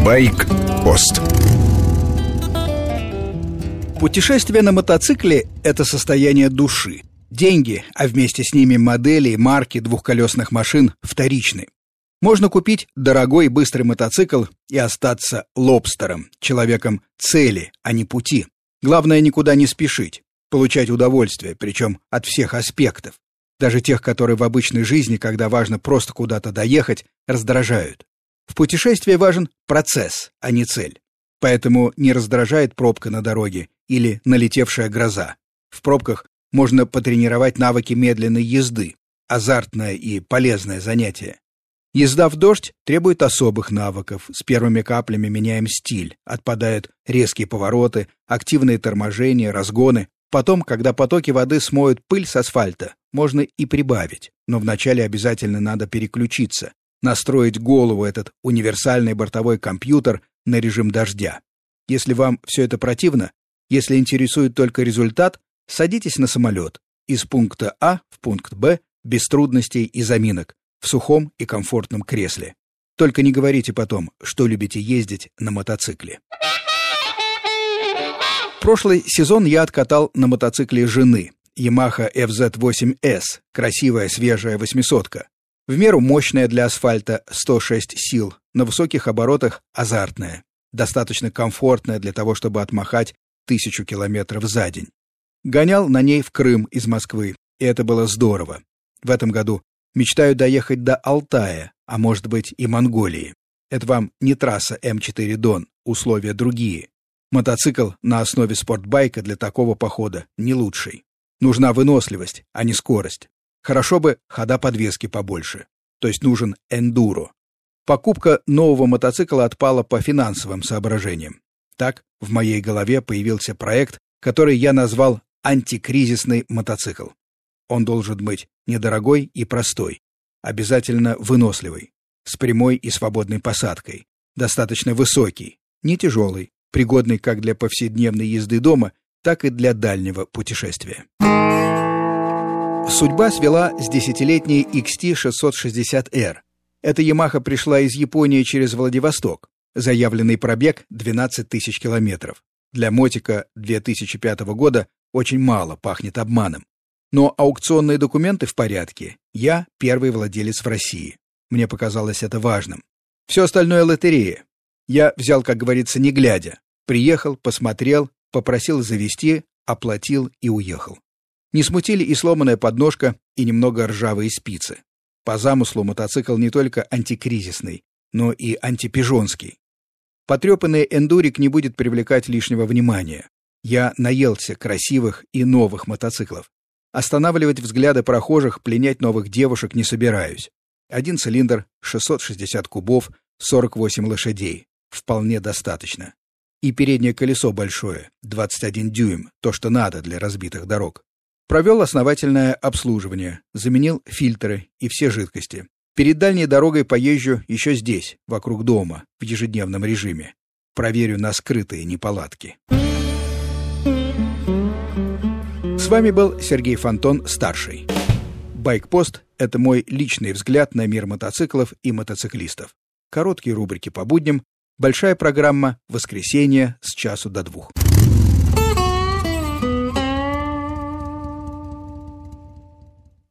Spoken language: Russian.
Байк-пост. Путешествие на мотоцикле – это состояние души. Деньги, а вместе с ними модели и марки двухколесных машин вторичны. Можно купить дорогой и быстрый мотоцикл и остаться лобстером, человеком цели, а не пути. Главное, никуда не спешить, получать удовольствие, причем от всех аспектов. Даже тех, которые в обычной жизни, когда важно просто куда-то доехать, раздражают. В путешествии важен процесс, а не цель. Поэтому не раздражает пробка на дороге или налетевшая гроза. В пробках можно потренировать навыки медленной езды, азартное и полезное занятие. Езда в дождь требует особых навыков. С первыми каплями меняем стиль, отпадают резкие повороты, активные торможения, разгоны. Потом, когда потоки воды смоют пыль с асфальта, можно и прибавить. Но вначале обязательно надо переключиться, настроить голову, этот универсальный бортовой компьютер, на режим дождя. Если вам все это противно, если интересует только результат, садитесь на самолет из пункта А в пункт Б без трудностей и заминок, в сухом и комфортном кресле. Только не говорите потом, что любите ездить на мотоцикле. Прошлый сезон я откатал на мотоцикле жены, Yamaha FZ8S, красивая свежая 800-ка. В меру мощная для асфальта, 106 сил, на высоких оборотах азартная, достаточно комфортная для того, чтобы отмахать 1000 километров за день. Гонял на ней в Крым из Москвы, и это было здорово. В этом году мечтаю доехать до Алтая, а может быть и Монголии. Это вам не трасса М4 Дон, условия другие. Мотоцикл на основе спортбайка для такого похода не лучший. Нужна выносливость, а не скорость. Хорошо бы хода подвески побольше, то есть нужен эндуро. Покупка нового мотоцикла отпала по финансовым соображениям. Так, в моей голове появился проект, который я назвал «антикризисный мотоцикл». Он должен быть недорогой и простой, обязательно выносливый, с прямой и свободной посадкой, достаточно высокий, не тяжелый, пригодный как для повседневной езды дома, так и для дальнего путешествия. Судьба свела с 10-летней XT660R. Эта Yamaha пришла из Японии через Владивосток. Заявленный пробег — 12 тысяч километров. Для мотика 2005 года очень мало, пахнет обманом. Но аукционные документы в порядке. Я первый владелец в России. Мне показалось это важным. Все остальное лотерея. Я взял, как говорится, не глядя. Приехал, посмотрел, попросил завезти, оплатил и уехал. Не смутили и сломанная подножка, и немного ржавые спицы. По замыслу мотоцикл не только антикризисный, но и антипижонский. Потрепанный эндурик не будет привлекать лишнего внимания. Я наелся красивых и новых мотоциклов. Останавливать взгляды прохожих, пленять новых девушек не собираюсь. Один цилиндр, 660 кубов, 48 лошадей. Вполне достаточно. И переднее колесо большое, 21 дюйм, то, что надо для разбитых дорог. Провел основательное обслуживание, заменил фильтры и все жидкости. Перед дальней дорогой поезжу еще здесь, вокруг дома, в ежедневном режиме. Проверю на скрытые неполадки. С вами был Сергей Фонтон, старший. Байк-пост — это мой личный взгляд на мир мотоциклов и мотоциклистов. Короткие рубрики по будням, большая программа «Воскресенье» с 1 до 2.